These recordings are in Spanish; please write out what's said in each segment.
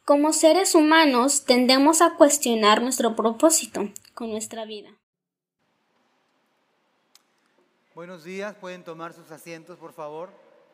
Como seres humanos tendemos a cuestionar nuestro propósito con nuestra vida. Buenos días, pueden tomar sus asientos, por favor.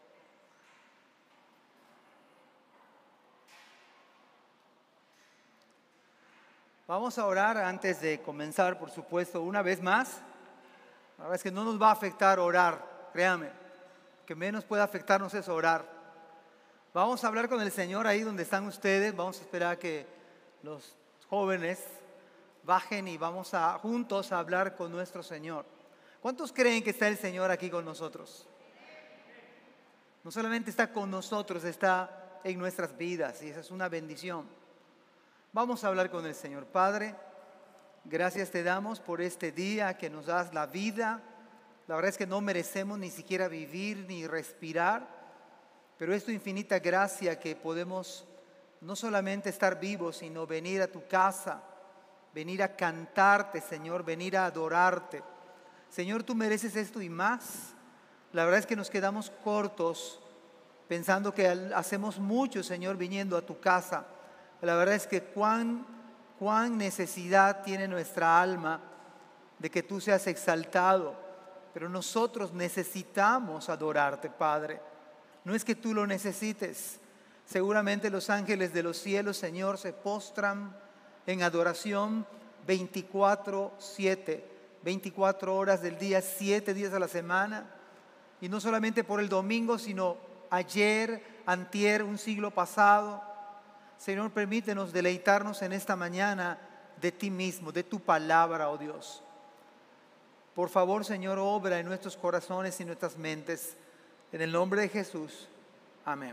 Vamos a orar antes de comenzar, por supuesto, una vez más. La verdad es que no nos va a afectar orar, créanme. Lo que menos puede afectarnos es orar. Vamos a hablar con el Señor ahí donde están ustedes. Vamos a esperar a que los jóvenes bajen y vamos a juntos a hablar con nuestro Señor. ¿Cuántos creen que está el Señor aquí con nosotros? No solamente está con nosotros, está en nuestras vidas y esa es una bendición. Vamos a hablar con el Señor. Padre, gracias te damos por este día que nos das la vida. La verdad es que no merecemos ni siquiera vivir ni respirar, pero es tu infinita gracia que podemos no solamente estar vivos, sino venir a tu casa, venir a cantarte, Señor, venir a adorarte. Señor, tú mereces esto y más. La verdad es que nos quedamos cortos pensando que hacemos mucho, Señor, viniendo a tu casa. La verdad es que cuán necesidad tiene nuestra alma de que tú seas exaltado. Pero nosotros necesitamos adorarte, Padre. No es que tú lo necesites. Seguramente los ángeles de los cielos, Señor, se postran en adoración 24/7. 24 horas del día, 7 días a la semana. Y no solamente por el domingo, sino ayer, antier, un siglo pasado. Señor, permítenos deleitarnos en esta mañana de ti mismo, de tu palabra, oh Dios. Por favor, Señor, obra en nuestros corazones y nuestras mentes. En el nombre de Jesús. Amén.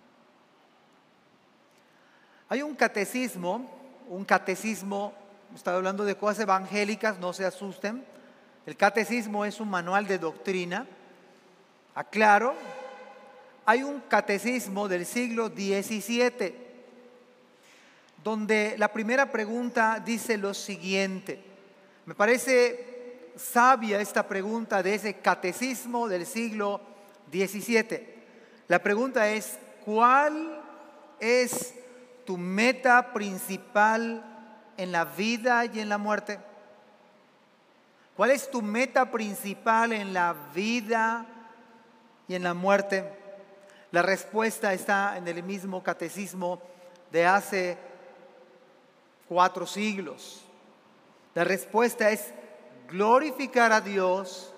Hay un catecismo, estoy hablando de cosas evangélicas, no se asusten. El catecismo es un manual de doctrina. Aclaro, hay un catecismo del siglo XVII, donde la primera pregunta dice lo siguiente. Me parece sabia esta pregunta de ese catecismo del siglo XVII. La pregunta es, ¿cuál es tu meta principal en la vida y en la muerte? ¿Cuál es tu meta principal en la vida y en la muerte? La respuesta está en el mismo catecismo de hace 4 siglos. La respuesta es glorificar a Dios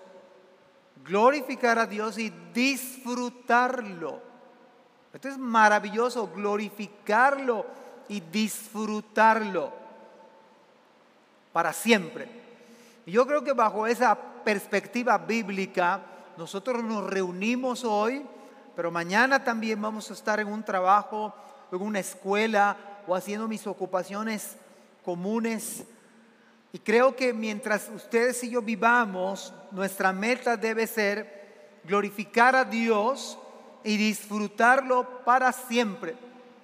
y disfrutarlo. Esto es maravilloso, glorificarlo y disfrutarlo para siempre. Y yo creo que bajo esa perspectiva bíblica, nosotros nos reunimos hoy, pero mañana también vamos a estar en un trabajo, en una escuela o haciendo mis ocupaciones comunes. Y creo que mientras ustedes y yo vivamos, nuestra meta debe ser glorificar a Dios y disfrutarlo para siempre.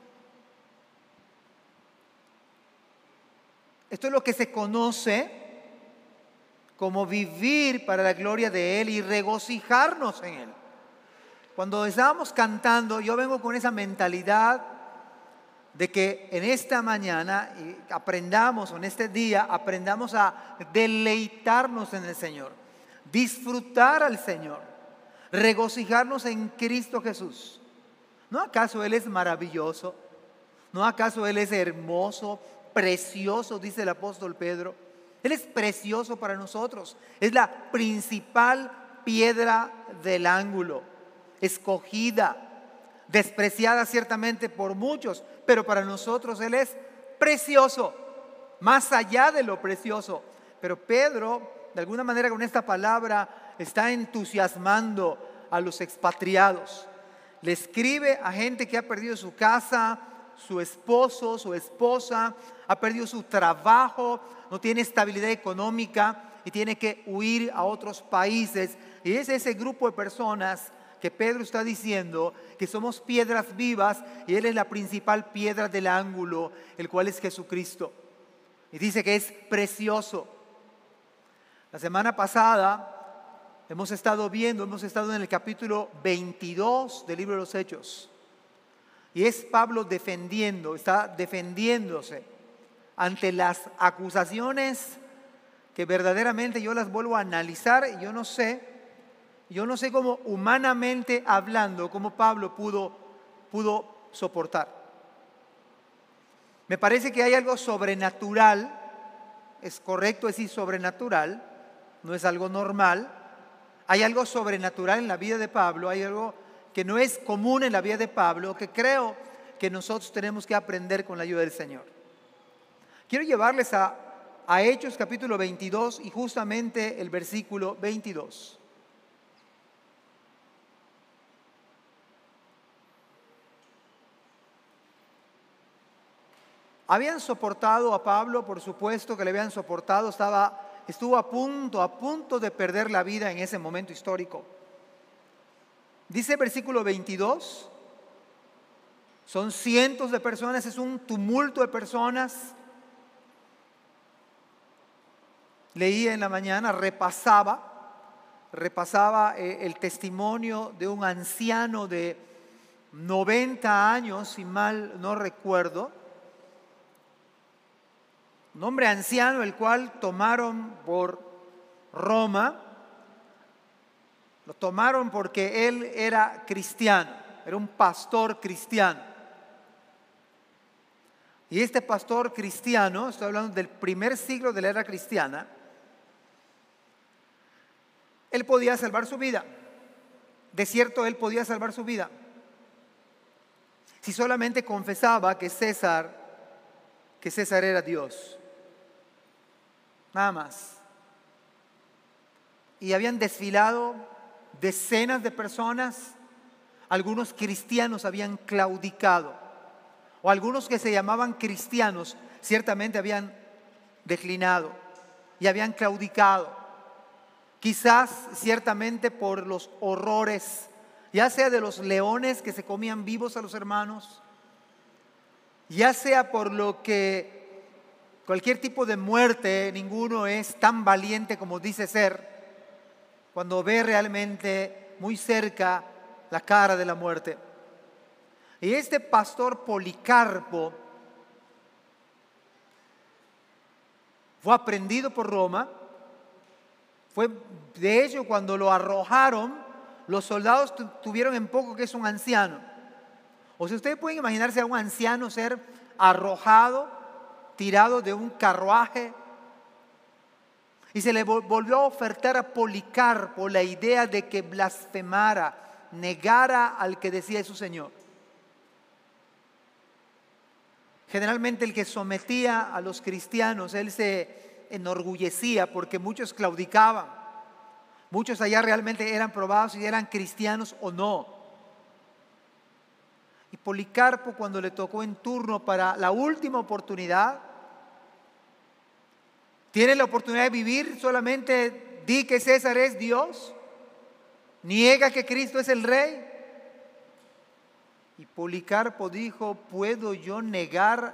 Esto es lo que se conoce como vivir para la gloria de Él y regocijarnos en Él. Cuando estábamos cantando, yo vengo con esa mentalidad de que en esta mañana aprendamos, o en este día, aprendamos a deleitarnos en el Señor, disfrutar al Señor, regocijarnos en Cristo Jesús. ¿No acaso Él es maravilloso? ¿No acaso Él es hermoso, precioso, dice el apóstol Pedro? Él es precioso para nosotros. Es la principal piedra del ángulo, escogida, despreciada ciertamente por muchos, pero para nosotros Él es precioso, más allá de lo precioso. Pero Pedro, de alguna manera con esta palabra, está entusiasmando a los expatriados. Le escribe a gente que ha perdido su casa, su esposo, su esposa, ha perdido su trabajo, no tiene estabilidad económica y tiene que huir a otros países. Y es ese grupo de personas que Pedro está diciendo que somos piedras vivas y Él es la principal piedra del ángulo, el cual es Jesucristo. Y dice que es precioso. La semana pasada hemos estado en el capítulo 22 del libro de los Hechos. Y es Pablo está defendiéndose ante las acusaciones que verdaderamente yo las vuelvo a analizar y yo no sé cómo humanamente hablando, cómo Pablo pudo soportar. Me parece que hay algo sobrenatural, es correcto decir sobrenatural, no es algo normal. Hay algo sobrenatural en la vida de Pablo, hay algo que no es común en la vida de Pablo, que creo que nosotros tenemos que aprender con la ayuda del Señor. Quiero llevarles a Hechos capítulo 22 y justamente el versículo 22. Habían soportado a Pablo, por supuesto que le habían soportado, estuvo a punto de perder la vida en ese momento histórico. Dice el versículo 22, son cientos de personas, es un tumulto de personas. Leía en la mañana, repasaba el testimonio de un anciano de 90 años, si mal no recuerdo. Un hombre anciano, el cual tomaron por Roma. Lo tomaron porque él era cristiano, era un pastor cristiano. Y este pastor cristiano, estoy hablando del primer siglo de la era cristiana, él podía salvar su vida. De cierto, él podía salvar su vida si solamente confesaba que César era Dios. Nada más. Y habían desfilado decenas de personas. Algunos cristianos habían claudicado, o algunos que se llamaban cristianos ciertamente habían declinado y habían claudicado. Quizás ciertamente por los horrores, ya sea de los leones que se comían vivos a los hermanos, ya sea por lo que cualquier tipo de muerte, ninguno es tan valiente como dice ser cuando ve realmente muy cerca la cara de la muerte. Y este pastor Policarpo fue aprehendido por Roma. De hecho, cuando lo arrojaron, los soldados tuvieron en poco que es un anciano. O sea, ustedes pueden imaginarse a un anciano ser arrojado, tirado de un carruaje. Y se le volvió a ofertar a Policarpo la idea de que blasfemara, negara al que decía su Señor. Generalmente el que sometía a los cristianos, él se enorgullecía porque muchos claudicaban. Muchos allá realmente eran probados si eran cristianos o no. Y Policarpo, cuando le tocó en turno para la última oportunidad, tiene la oportunidad de vivir, solamente di que César es Dios, niega que Cristo es el Rey. Y Policarpo dijo: ¿Puedo yo negar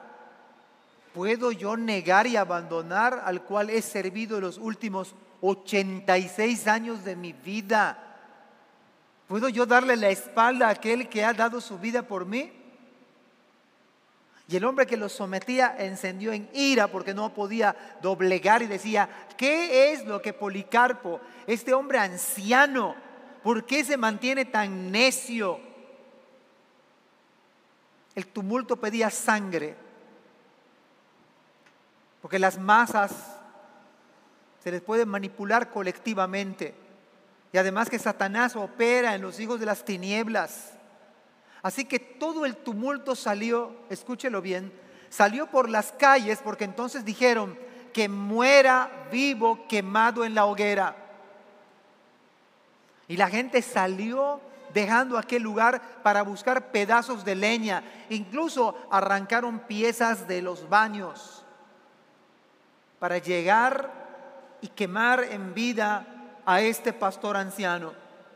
y abandonar al cual he servido los últimos 86 años de mi vida? ¿Puedo yo darle la espalda a aquel que ha dado su vida por mí? Y el hombre que lo sometía encendió en ira porque no podía doblegar y decía: ¿qué es lo que Policarpo, este hombre anciano, por qué se mantiene tan necio? El tumulto pedía sangre, porque las masas se les puede manipular colectivamente. Y además que Satanás opera en los hijos de las tinieblas. Así que todo el tumulto salió, escúchelo bien, salió por las calles, porque entonces dijeron: que muera vivo quemado en la hoguera. Y la gente salió dejando aquel lugar para buscar pedazos de leña. Incluso arrancaron piezas de los baños para llegar y quemar en vida a este pastor anciano.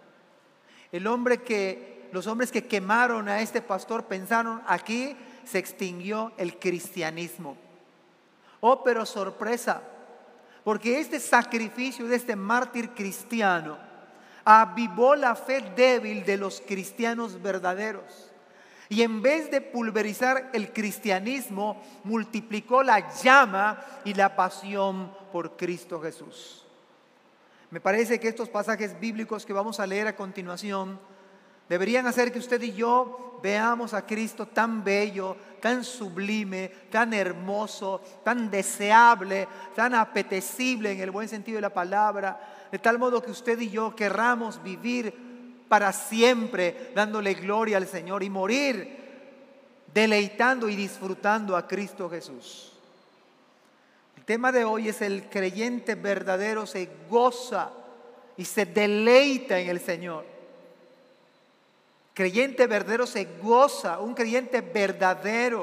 Los hombres que quemaron a este pastor pensaron: aquí se extinguió el cristianismo. Oh, pero sorpresa, porque este sacrificio de este mártir cristiano avivó la fe débil de los cristianos verdaderos. Y en vez de pulverizar el cristianismo, multiplicó la llama y la pasión por Cristo Jesús. Me parece que estos pasajes bíblicos que vamos a leer a continuación deberían hacer que usted y yo veamos a Cristo tan bello, tan sublime, tan hermoso, tan deseable, tan apetecible en el buen sentido de la palabra, de tal modo que usted y yo querramos vivir para siempre dándole gloria al Señor y morir deleitando y disfrutando a Cristo Jesús. El tema de hoy es: el creyente verdadero se goza y se deleita en el Señor. Creyente verdadero se goza, un creyente verdadero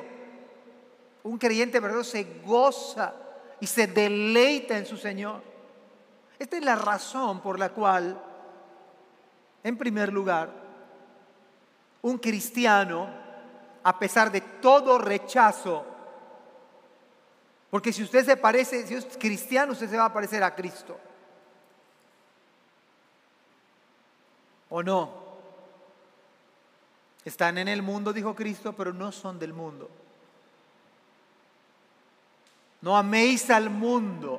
se goza y se deleita en su Señor. Esta es la razón por la cual, en primer lugar, un cristiano, a pesar de todo rechazo, porque si usted se parece, si es cristiano, usted se va a parecer a Cristo, ¿o no? Están en el mundo, dijo Cristo, pero no son del mundo. No améis al mundo.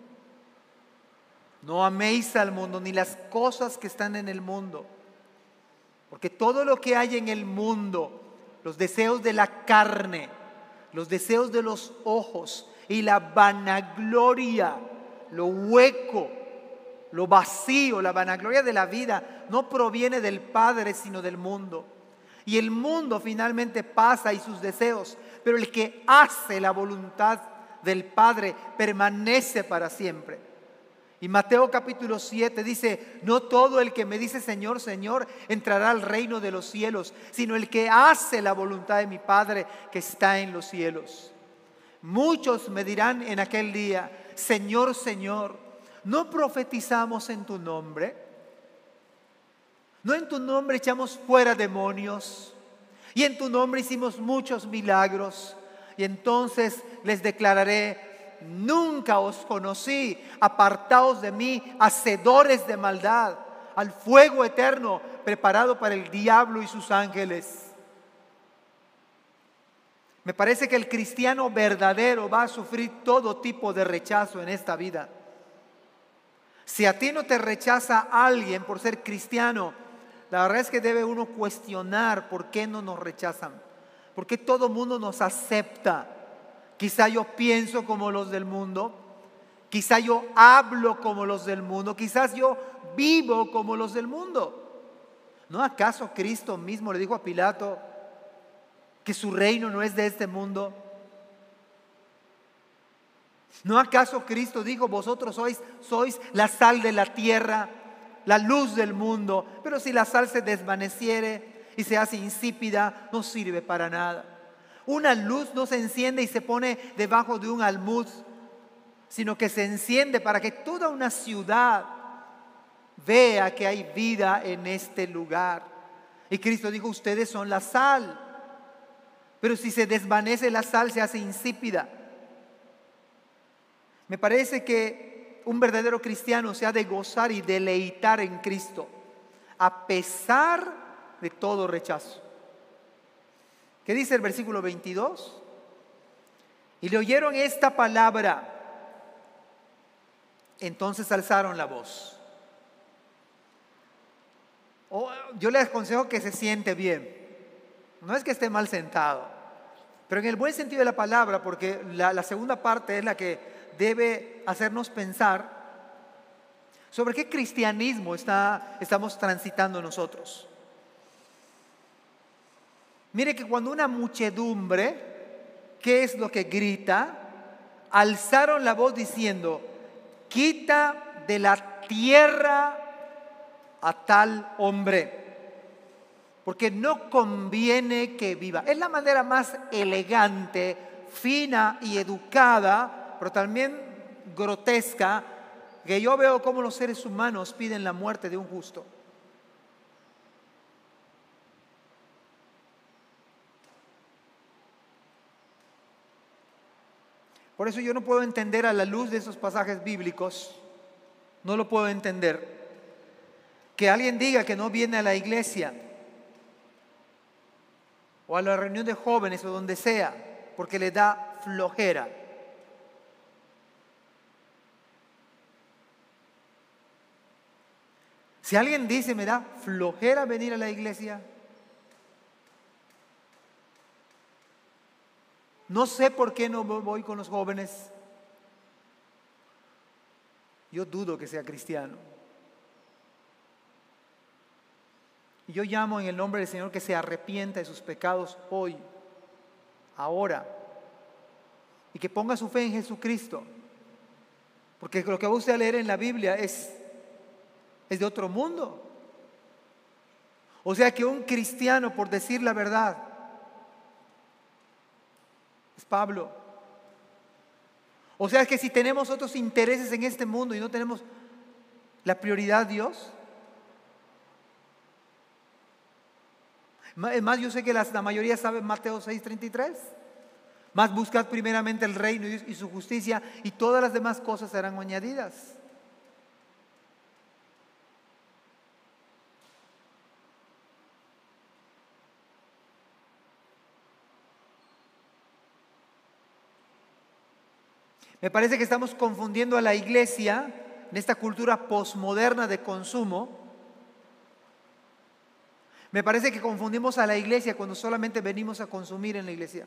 No améis al mundo ni las cosas que están en el mundo. Porque todo lo que hay en el mundo, los deseos de la carne, los deseos de los ojos y la vanagloria, lo hueco, lo vacío, la vanagloria de la vida, no proviene del Padre sino del mundo. Y el mundo finalmente pasa y sus deseos, pero el que hace la voluntad del Padre permanece para siempre. Y Mateo capítulo 7 dice: no todo el que me dice Señor, Señor entrará al reino de los cielos, sino el que hace la voluntad de mi Padre que está en los cielos. Muchos me dirán en aquel día: Señor, Señor, ¿no profetizamos en tu nombre? ¿No en tu nombre echamos fuera demonios? Y en tu nombre hicimos muchos milagros. Y entonces les declararé: nunca os conocí, apartaos de mí, hacedores de maldad, al fuego eterno preparado para el diablo y sus ángeles. Me parece que el cristiano verdadero va a sufrir todo tipo de rechazo en esta vida. Si a ti no te rechaza alguien por ser cristiano, la verdad es que debe uno cuestionar por qué no nos rechazan, por qué todo el mundo nos acepta. Quizá yo pienso como los del mundo, quizá yo hablo como los del mundo, quizás yo vivo como los del mundo. ¿No acaso Cristo mismo le dijo a Pilato que su reino no es de este mundo? ¿No acaso Cristo dijo: vosotros sois la sal de la tierra, la luz del mundo? Pero si la sal se desvaneciere y se hace insípida, no sirve para nada. Una luz no se enciende y se pone debajo de un almud, sino que se enciende para que toda una ciudad vea que hay vida en este lugar. Y Cristo dijo: ustedes son la sal, pero si se desvanece la sal, se hace insípida. Me parece que un verdadero cristiano se ha de gozar y deleitar en Cristo, a pesar de todo rechazo. ¿Qué dice el versículo 22? Y le oyeron esta palabra, entonces alzaron la voz. Yo le aconsejo que se siente bien. No es que esté mal sentado, pero en el buen sentido de la palabra, porque la segunda parte es la que debe hacernos pensar sobre qué cristianismo estamos transitando nosotros. Mire que cuando una muchedumbre, ¿qué es lo que grita? Alzaron la voz diciendo: quita de la tierra a tal hombre, porque no conviene que viva. Es la manera más elegante, fina y educada, pero también grotesca, que yo veo cómo los seres humanos piden la muerte de un justo. Por eso yo no puedo entender, a la luz de esos pasajes bíblicos, no lo puedo entender, que alguien diga que no viene a la iglesia o a la reunión de jóvenes o donde sea, porque le da flojera. Si alguien dice, me da flojera venir a la iglesia, no sé por qué no voy con los jóvenes, yo dudo que sea cristiano. Y yo llamo en el nombre del Señor que se arrepienta de sus pecados hoy, ahora, y que ponga su fe en Jesucristo, porque lo que va usted a leer en la Biblia es de otro mundo. O sea que un cristiano, por decir la verdad, es Pablo. O sea que si tenemos otros intereses en este mundo y no tenemos la prioridad de Dios. Es más, yo sé que la mayoría sabe Mateo 6:33. Más buscad primeramente el reino y su justicia, y todas las demás cosas serán añadidas. Me parece que estamos confundiendo a la iglesia en esta cultura posmoderna de consumo. Me parece que confundimos a la iglesia cuando solamente venimos a consumir en la iglesia.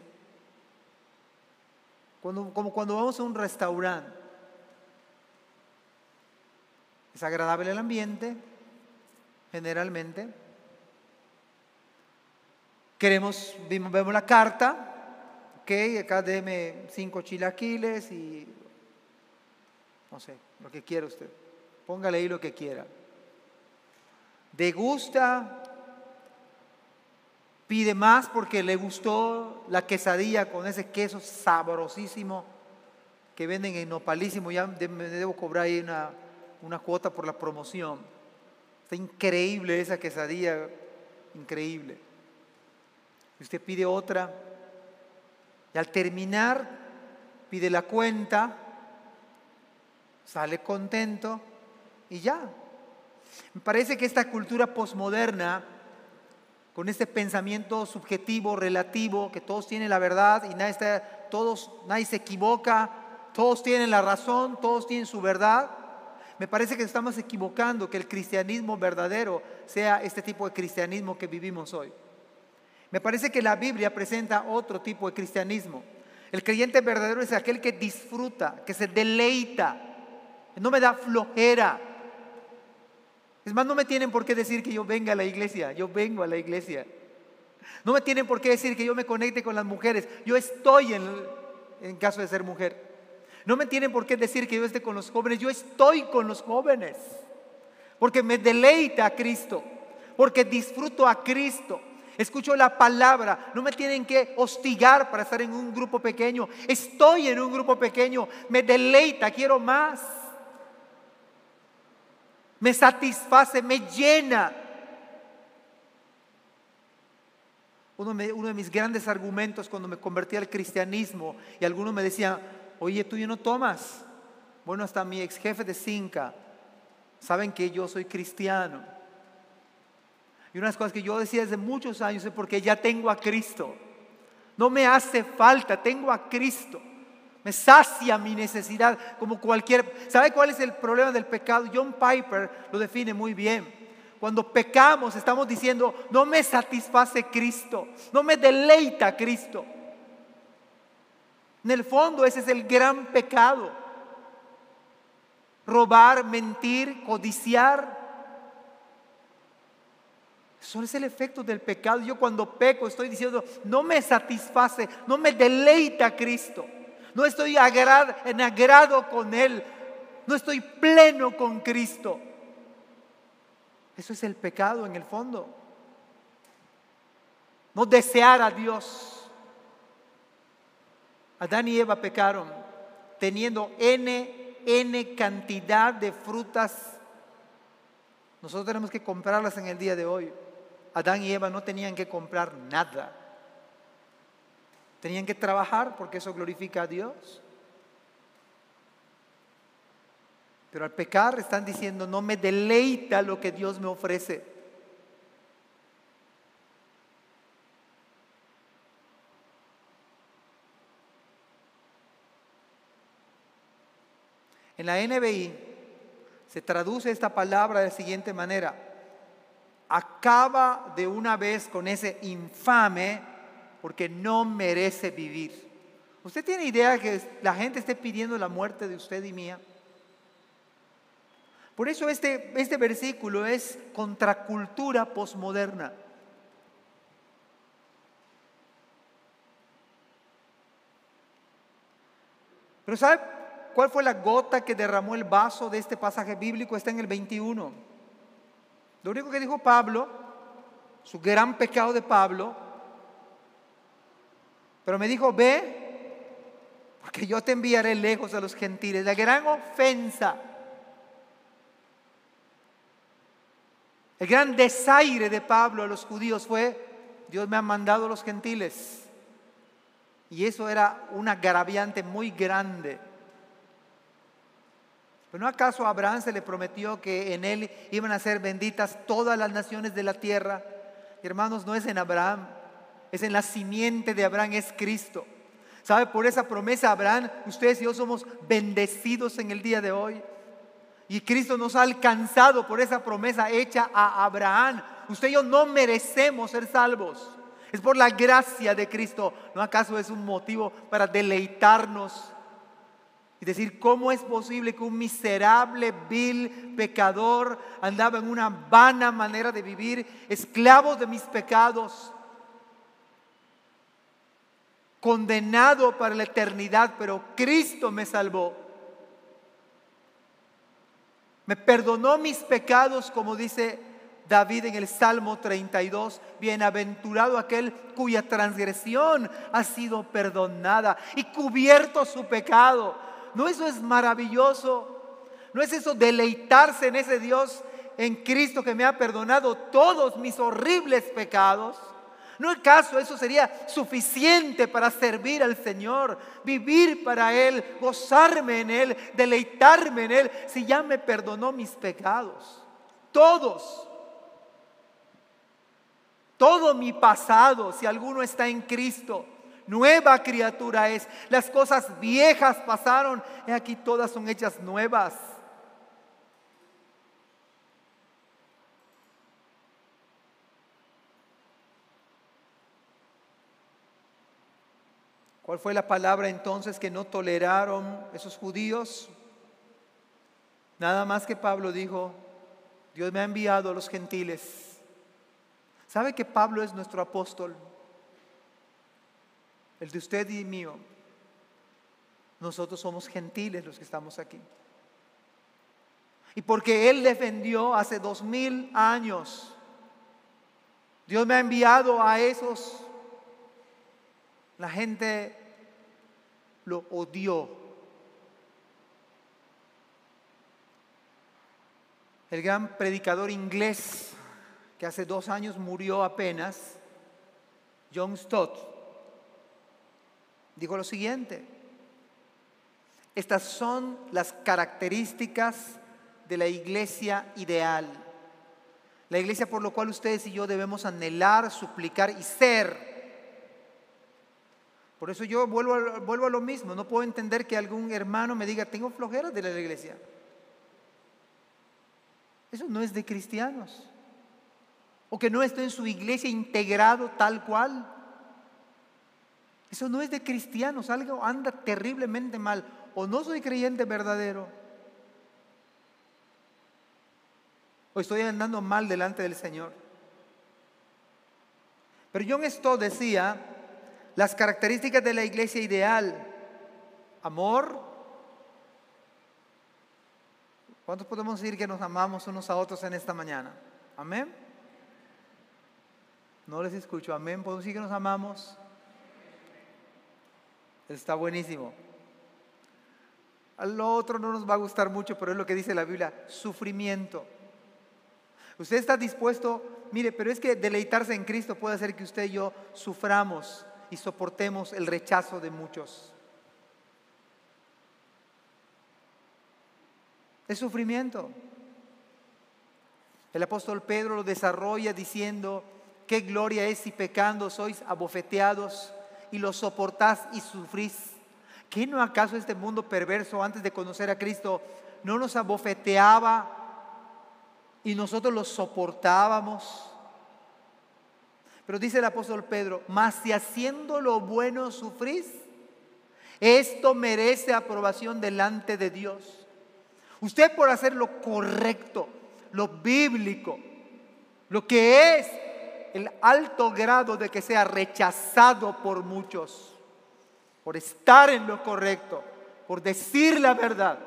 Como cuando vamos a un restaurante. Es agradable el ambiente, generalmente. Vemos la carta. Ok, acá deme 5 chilaquiles y no sé, lo que quiera usted. Póngale ahí lo que quiera. Degusta, pide más porque le gustó la quesadilla con ese queso sabrosísimo que venden en Nopalísimo. Ya me debo cobrar ahí una cuota por la promoción. Está increíble esa quesadilla, increíble. Y usted pide otra. Y al terminar, pide la cuenta, sale contento y ya. Me parece que esta cultura posmoderna, con este pensamiento subjetivo, relativo, que todos tienen la verdad y nadie se equivoca, todos tienen la razón, todos tienen su verdad. Me parece que estamos equivocando que el cristianismo verdadero sea este tipo de cristianismo que vivimos hoy. Me parece que la Biblia presenta otro tipo de cristianismo. El creyente verdadero es aquel que disfruta, que se deleita, no me da flojera. Es más, no me tienen por qué decir que yo venga a la iglesia, yo vengo a la iglesia. No me tienen por qué decir que yo me conecte con las mujeres, yo estoy en caso de ser mujer. No me tienen por qué decir que yo esté con los jóvenes, yo estoy con los jóvenes. Porque me deleita a Cristo, porque disfruto a Cristo. Escucho la palabra, no me tienen que hostigar para estar en un grupo pequeño. Estoy en un grupo pequeño, me deleita, quiero más. Me satisface, me llena. Uno de mis grandes argumentos cuando me convertí al cristianismo, y algunos me decían, oye, tú ya no tomas. Bueno, hasta mi ex jefe de Cinca saben que yo soy cristiano. Y unas cosas que yo decía desde muchos años es porque ya tengo a Cristo. No me hace falta, tengo a Cristo. Me sacia mi necesidad como cualquier. ¿Sabe cuál es el problema del pecado? John Piper lo define muy bien. Cuando pecamos estamos diciendo, no me satisface Cristo, no me deleita Cristo. En el fondo ese es el gran pecado. Robar, mentir, codiciar. Eso es el efecto del pecado. Yo cuando peco estoy diciendo, no me satisface, no me deleita Cristo. No estoy en agrado con Él. No estoy pleno con Cristo. Eso es el pecado en el fondo. No desear a Dios. Adán y Eva pecaron teniendo N cantidad de frutas. Nosotros tenemos que comprarlas en el día de hoy. Adán y Eva no tenían que comprar nada. Tenían que trabajar porque eso glorifica a Dios. Pero al pecar están diciendo, no me deleita lo que Dios me ofrece. En la NBI se traduce esta palabra de la siguiente manera: acaba de una vez con ese infame, porque no merece vivir. ¿Usted tiene idea que la gente esté pidiendo la muerte de usted y mía? Por eso este versículo es contracultura posmoderna. Pero ¿sabe cuál fue la gota que derramó el vaso de este pasaje bíblico? Está en el 21. Lo único que dijo Pablo, su gran pecado de Pablo, pero me dijo: ve, porque yo te enviaré lejos a los gentiles. La gran ofensa, el gran desaire de Pablo a los judíos fue: Dios me ha mandado a los gentiles. Y eso era un agraviante muy grande. ¿Pero no acaso a Abraham se le prometió que en él iban a ser benditas todas las naciones de la tierra? Y hermanos, no es en Abraham, es en la simiente de Abraham, es Cristo. ¿Sabe? Por esa promesa, Abraham, ustedes y yo somos bendecidos en el día de hoy. Y Cristo nos ha alcanzado por esa promesa hecha a Abraham. Usted y yo no merecemos ser salvos. Es por la gracia de Cristo. ¿No acaso es un motivo para deleitarnos y decir: ¿cómo es posible que un miserable, vil pecador andaba en una vana manera de vivir, esclavo de mis pecados, condenado para la eternidad, pero Cristo me salvó? Me perdonó mis pecados, como dice David en el Salmo 32, bienaventurado aquel cuya transgresión ha sido perdonada y cubierto su pecado. ¿No eso es maravilloso? ¿No es eso deleitarse en ese Dios, en Cristo, que me ha perdonado todos mis horribles pecados? ¿No acaso eso sería suficiente para servir al Señor, vivir para Él, gozarme en Él, deleitarme en Él, si ya me perdonó mis pecados? Todos. Todo mi pasado, si alguno está en Cristo, nueva criatura es. Las cosas viejas pasaron, y aquí todas son hechas nuevas. ¿Cuál fue la palabra entonces que no toleraron esos judíos? Nada más que Pablo dijo: Dios me ha enviado a los gentiles. ¿Sabe que Pablo es nuestro apóstol? El de usted y mío. Nosotros somos gentiles los que estamos aquí. Y porque Él defendió hace 2000 años, Dios me ha enviado a esos. La gente lo odió. El gran predicador inglés que hace 2 años murió apenas, John Stott, dijo lo siguiente: estas son las características de la iglesia ideal, la iglesia por lo cual ustedes y yo debemos anhelar, suplicar y ser. Por eso yo vuelvo a lo mismo. No puedo entender que algún hermano me diga: tengo flojera de la iglesia. Eso no es de cristianos. O que no esté en su iglesia integrado tal cual. Eso no es de cristianos. Algo anda terriblemente mal. O no soy creyente verdadero, o estoy andando mal delante del Señor. Pero John Stott decía: las características de la iglesia ideal: amor. ¿Cuántos podemos decir que nos amamos unos a otros en esta mañana? Amén. No les escucho. Amén. ¿Podemos decir que nos amamos? Está buenísimo. A lo otro no nos va a gustar mucho, pero es lo que dice la Biblia: sufrimiento. Usted está dispuesto, mire, pero es que deleitarse en Cristo puede hacer que usted y yo suframos y soportemos el rechazo de muchos. Es sufrimiento. El apóstol Pedro lo desarrolla diciendo: qué gloria es si pecando sois abofeteados y lo soportás y sufrís. ¿Qué no acaso este mundo perverso antes de conocer a Cristo no nos abofeteaba y nosotros lo soportábamos? Pero dice el apóstol Pedro, mas si haciendo lo bueno sufrís, esto merece aprobación delante de Dios. Usted por hacer lo correcto, lo bíblico, lo que es el alto grado de que sea rechazado por muchos, por estar en lo correcto, por decir la verdad.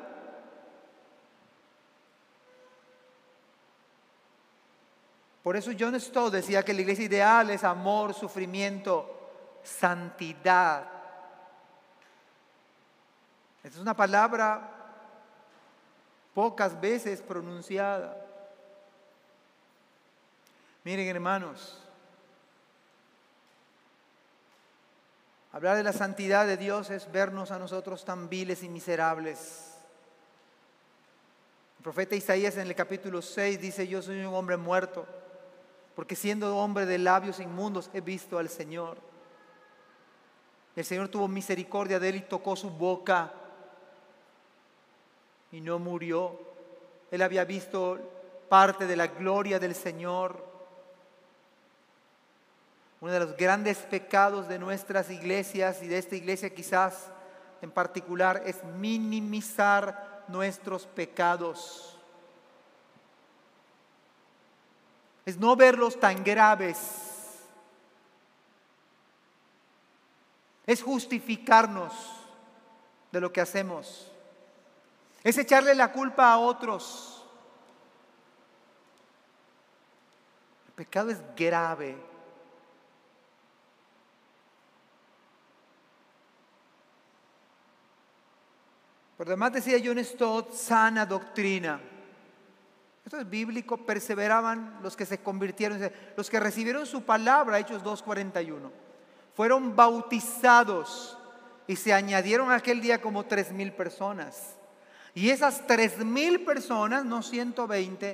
Por eso John Stott decía que la iglesia ideal es amor, sufrimiento, santidad. Esta es una palabra pocas veces pronunciada. Miren, hermanos, hablar de la santidad de Dios es vernos a nosotros tan viles y miserables. El profeta Isaías en el capítulo 6 dice: yo soy un hombre muerto, porque siendo hombre de labios inmundos he visto al Señor. El Señor tuvo misericordia de él y tocó su boca y no murió. Él había visto parte de la gloria del Señor. Uno de los grandes pecados de nuestras iglesias y de esta iglesia quizás en particular es minimizar nuestros pecados. Es no verlos tan graves. Es justificarnos de lo que hacemos. Es echarle la culpa a otros. El pecado es grave. Por demás decía John Stott, sana doctrina. Esto es bíblico, perseveraban los que se convirtieron, los que recibieron su palabra, Hechos 2:41. Fueron bautizados y se añadieron aquel día como 3,000 personas. Y esas 3,000 personas, no 120,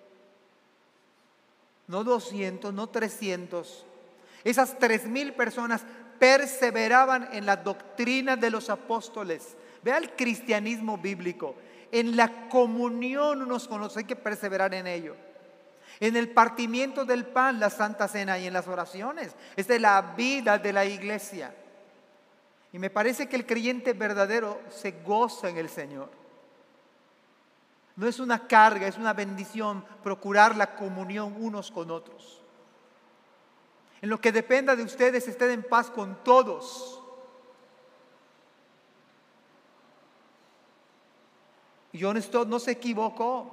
no 200, no 300, esas 3,000 personas perseveraban en la doctrina de los apóstoles. Vea el cristianismo bíblico. En la comunión unos con otros hay que perseverar en ello. En el partimiento del pan, la Santa Cena, y en las oraciones. Esta es la vida de la iglesia. Y me parece que el creyente verdadero se goza en el Señor. No es una carga, es una bendición procurar la comunión unos con otros. En lo que dependa de ustedes, estén en paz con todos. John Stott no se equivocó.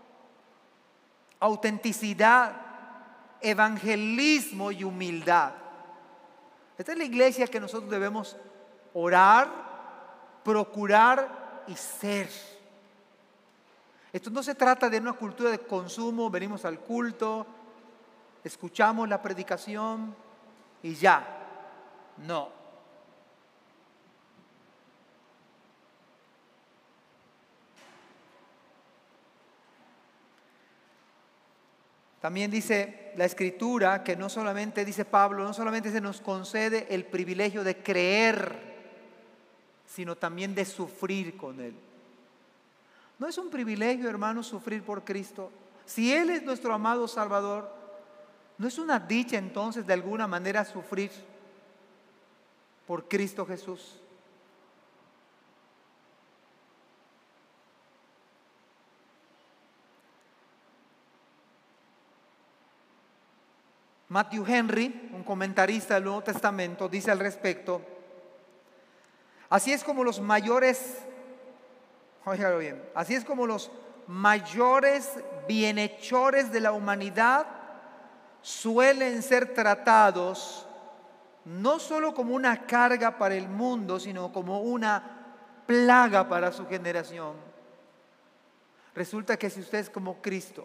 Autenticidad, evangelismo y humildad. Esta es la iglesia que nosotros debemos orar, procurar y ser. Esto no se trata de una cultura de consumo. Venimos al culto, escuchamos la predicación y ya. No. También dice la Escritura que no solamente, dice Pablo, no solamente se nos concede el privilegio de creer, sino también de sufrir con Él. ¿No es un privilegio, hermanos, sufrir por Cristo? Si Él es nuestro amado Salvador, ¿no es una dicha entonces de alguna manera sufrir por Cristo Jesús? Matthew Henry, un comentarista del Nuevo Testamento, dice al respecto: así es como los mayores, óigalo bien, así es como los mayores bienhechores de la humanidad suelen ser tratados no solo como una carga para el mundo, sino como una plaga para su generación. Resulta que si usted es como Cristo,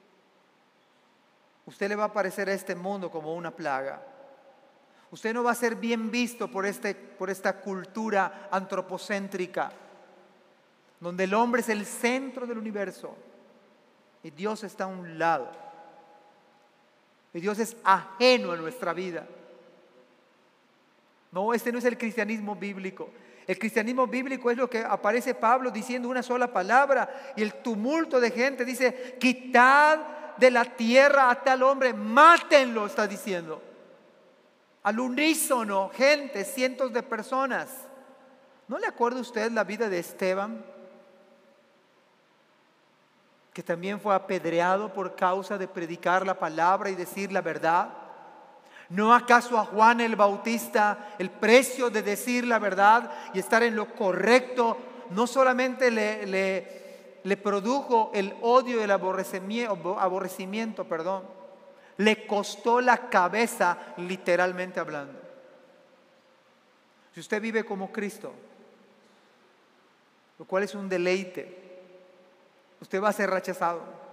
usted le va a parecer a este mundo como una plaga. Usted no va a ser bien visto por esta cultura antropocéntrica, donde el hombre es el centro del universo y Dios está a un lado. Y Dios es ajeno a nuestra vida. No, este no es el cristianismo bíblico. El cristianismo bíblico es lo que aparece Pablo diciendo una sola palabra y el tumulto de gente dice: quitad de la tierra a tal hombre, mátenlo, está diciendo. Al unísono, gente, cientos de personas. ¿No le acuerda usted la vida de Esteban? Que también fue apedreado por causa de predicar la palabra y decir la verdad. ¿No acaso a Juan el Bautista el precio de decir la verdad y estar en lo correcto no solamente le produjo el odio y el aborrecimiento, le costó la cabeza, literalmente hablando? Si usted vive como Cristo, lo cual es un deleite, usted va a ser rechazado.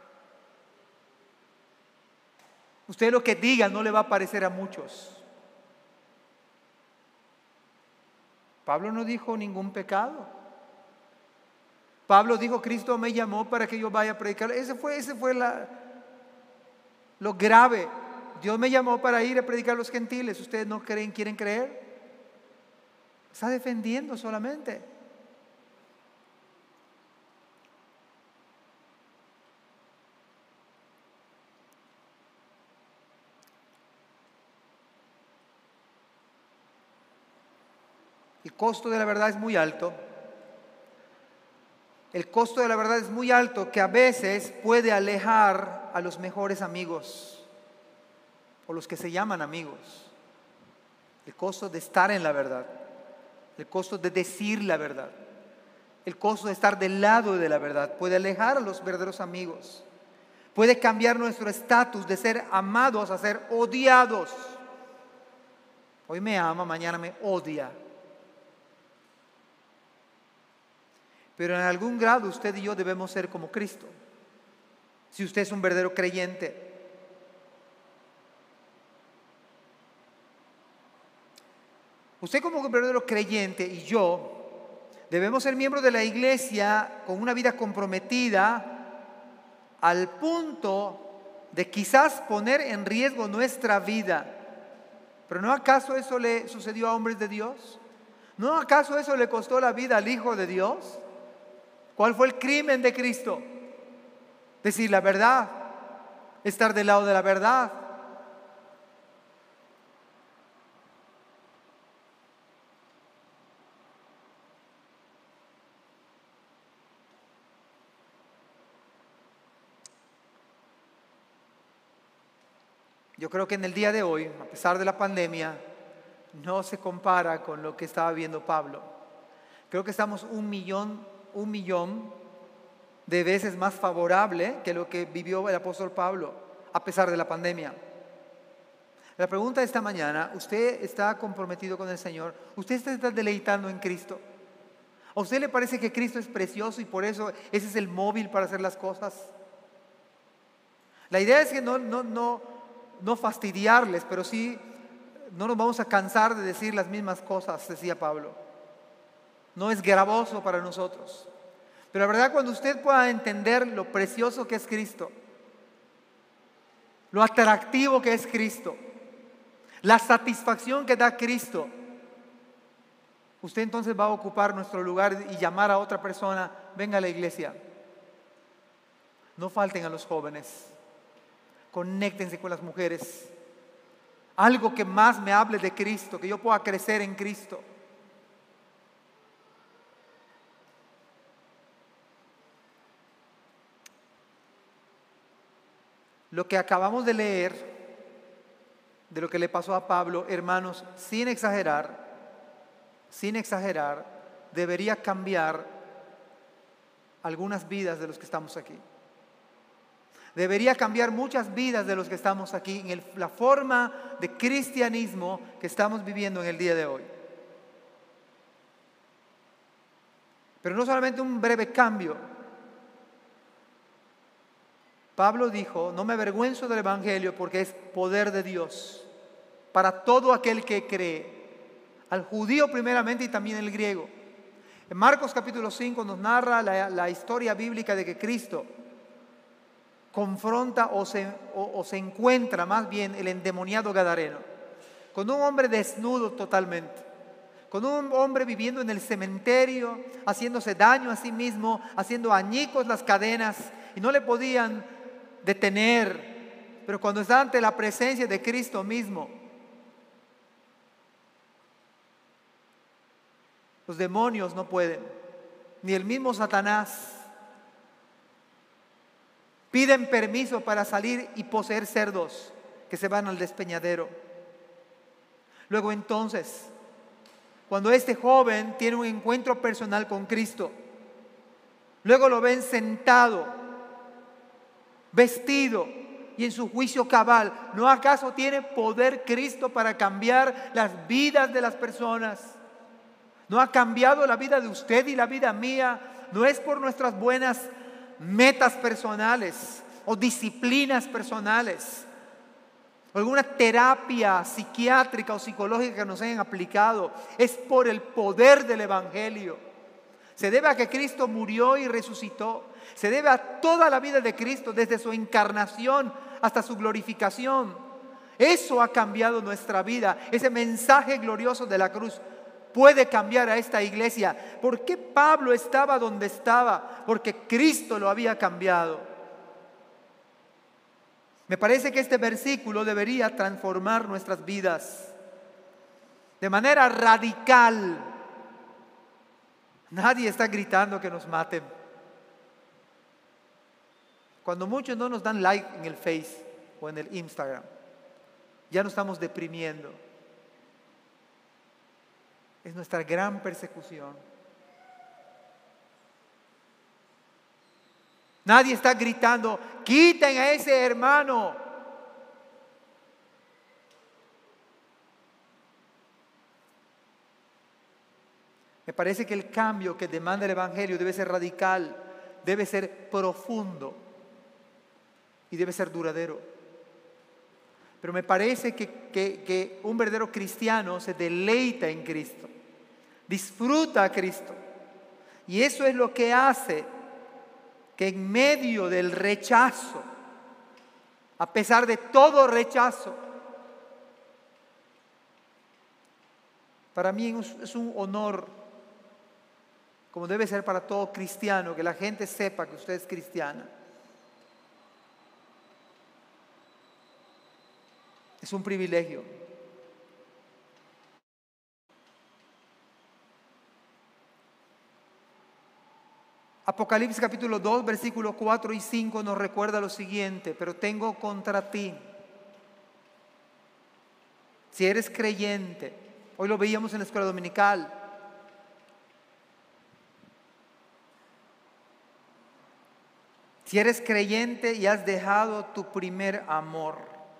Usted lo que diga no le va a parecer a muchos. Pablo no dijo ningún pecado. Pablo dijo: Cristo me llamó para que yo vaya a predicar. Ese fue lo grave. Dios me llamó para ir a predicar a los gentiles. ¿Ustedes no creen, quieren creer? Está defendiendo solamente. El costo de la verdad es muy alto. El costo de la verdad es muy alto, que a veces puede alejar a los mejores amigos o los que se llaman amigos. El costo de estar en la verdad, el costo de decir la verdad, el costo de estar del lado de la verdad puede alejar a los verdaderos amigos. Puede cambiar nuestro estatus de ser amados a ser odiados. Hoy me ama, mañana me odia. Pero en algún grado usted y yo debemos ser como Cristo. Si usted es un verdadero creyente. Usted como un verdadero creyente y yo debemos ser miembros de la iglesia con una vida comprometida al punto de quizás poner en riesgo nuestra vida. ¿Pero no acaso eso le sucedió a hombres de Dios? ¿No acaso eso le costó la vida al Hijo de Dios? ¿Cuál fue el crimen de Cristo? Decir la verdad, estar del lado de la verdad. Yo creo que en el día de hoy, a pesar de la pandemia, no se compara con lo que estaba viendo Pablo. Creo que estamos un millón de veces más favorable que lo que vivió el apóstol Pablo, a pesar de la pandemia. La pregunta de esta mañana: ¿usted está comprometido con el Señor? ¿Usted se está deleitando en Cristo? ¿A usted le parece que Cristo es precioso y por eso ese es el móvil para hacer las cosas? La idea es que no fastidiarles, pero sí no nos vamos a cansar de decir las mismas cosas, decía Pablo. No es gravoso para nosotros. Pero la verdad, cuando usted pueda entender lo precioso que es Cristo, lo atractivo que es Cristo, la satisfacción que da Cristo, usted entonces va a ocupar nuestro lugar y llamar a otra persona: venga a la iglesia. No falten a los jóvenes. Conéctense con las mujeres. Algo que más me hable de Cristo, que yo pueda crecer en Cristo. Lo que acabamos de leer de lo que le pasó a Pablo, hermanos, sin exagerar, debería cambiar algunas vidas de los que estamos aquí. Debería cambiar muchas vidas de los que estamos aquí en la forma de cristianismo que estamos viviendo en el día de hoy. Pero no solamente un breve cambio. Pablo dijo: no me avergüenzo del evangelio porque es poder de Dios para todo aquel que cree, al judío primeramente y también al griego. En Marcos capítulo 5 nos narra la historia bíblica de que Cristo confronta o se encuentra más bien el endemoniado gadareno. con un hombre desnudo totalmente, con un hombre viviendo en el cementerio, haciéndose daño a sí mismo, haciendo añicos las cadenas y no le podían detener. Pero cuando está ante la presencia de Cristo mismo, los demonios no pueden, ni el mismo Satanás. Piden permiso para salir y poseer cerdos que se van al despeñadero. Luego entonces, cuando este joven tiene un encuentro personal con Cristo, luego lo ven sentado, vestido y en su juicio cabal. ¿No acaso tiene poder Cristo para cambiar las vidas de las personas? ¿No ha cambiado la vida de usted y la vida mía? No es por nuestras buenas metas personales o disciplinas personales, o alguna terapia psiquiátrica o psicológica que nos hayan aplicado. Es por el poder del Evangelio. Se debe a que Cristo murió y resucitó. Se debe a toda la vida de Cristo, desde su encarnación hasta su glorificación. Eso ha cambiado nuestra vida. Ese mensaje glorioso de la cruz puede cambiar a esta iglesia. ¿Por qué Pablo estaba donde estaba? Porque Cristo lo había cambiado. Me parece que este versículo debería transformar nuestras vidas de manera radical. Nadie está gritando que nos maten. Cuando muchos no nos dan like en el Face o en el Instagram, ya nos estamos deprimiendo. Es nuestra gran persecución. Nadie está gritando, quiten a ese hermano. Me parece que el cambio que demanda el Evangelio debe ser radical, debe ser profundo y debe ser duradero. Pero me parece que un verdadero cristiano se deleita en Cristo, disfruta a Cristo. Y eso es lo que hace que en medio del rechazo, a pesar de todo rechazo, para mí es un honor, como debe ser para todo cristiano, que la gente sepa que usted es cristiana. Es un privilegio. Apocalipsis capítulo 2, versículos 4 y 5 nos recuerda lo siguiente: pero tengo contra ti, si eres creyente, hoy lo veíamos en la escuela dominical, si eres creyente y has dejado tu primer amor.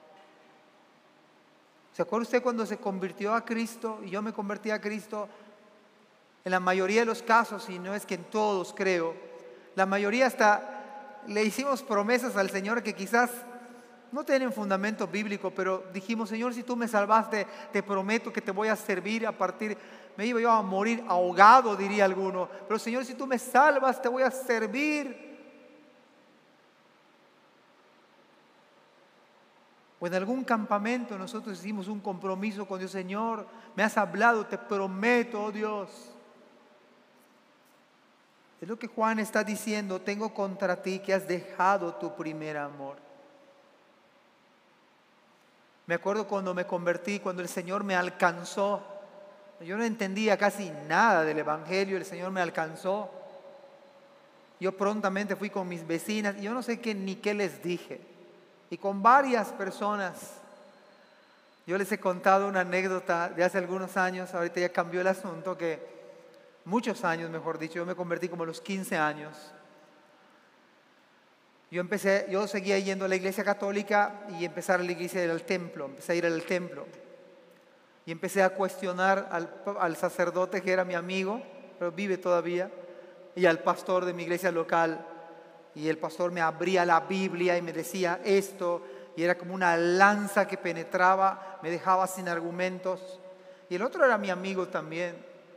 ¿Se acuerda usted cuando se convirtió a Cristo y yo me convertí a Cristo? En la mayoría de los casos, y no es que en todos creo, la mayoría hasta le hicimos promesas al Señor que quizás no tienen fundamento bíblico, pero dijimos: Señor, si tú me salvaste, te prometo que te voy a servir a partir, me iba yo a morir ahogado, diría alguno, pero Señor, si tú me salvas, te voy a servir. O en algún campamento nosotros hicimos un compromiso con Dios: Señor, me has hablado, te prometo, oh Dios. Es lo que Juan está diciendo: tengo contra ti que has dejado tu primer amor. Me acuerdo cuando me convertí, cuando el Señor me alcanzó. Yo no entendía casi nada del Evangelio, el Señor me alcanzó. Yo prontamente fui con mis vecinas y yo no sé ni qué les dije. Y con varias personas, yo les he contado una anécdota de hace algunos años, ahorita ya cambió el asunto, que muchos años, mejor dicho, yo me convertí como a los 15 años. Yo seguía yendo a la iglesia católica y empecé a ir a la iglesia del templo, empecé a ir al templo. Y empecé a cuestionar al sacerdote que era mi amigo, pero vive todavía, y al pastor de mi iglesia local. Y el pastor me abría la Biblia y me decía esto, y era como una lanza que penetraba, me dejaba sin argumentos. Y el otro era mi amigo también.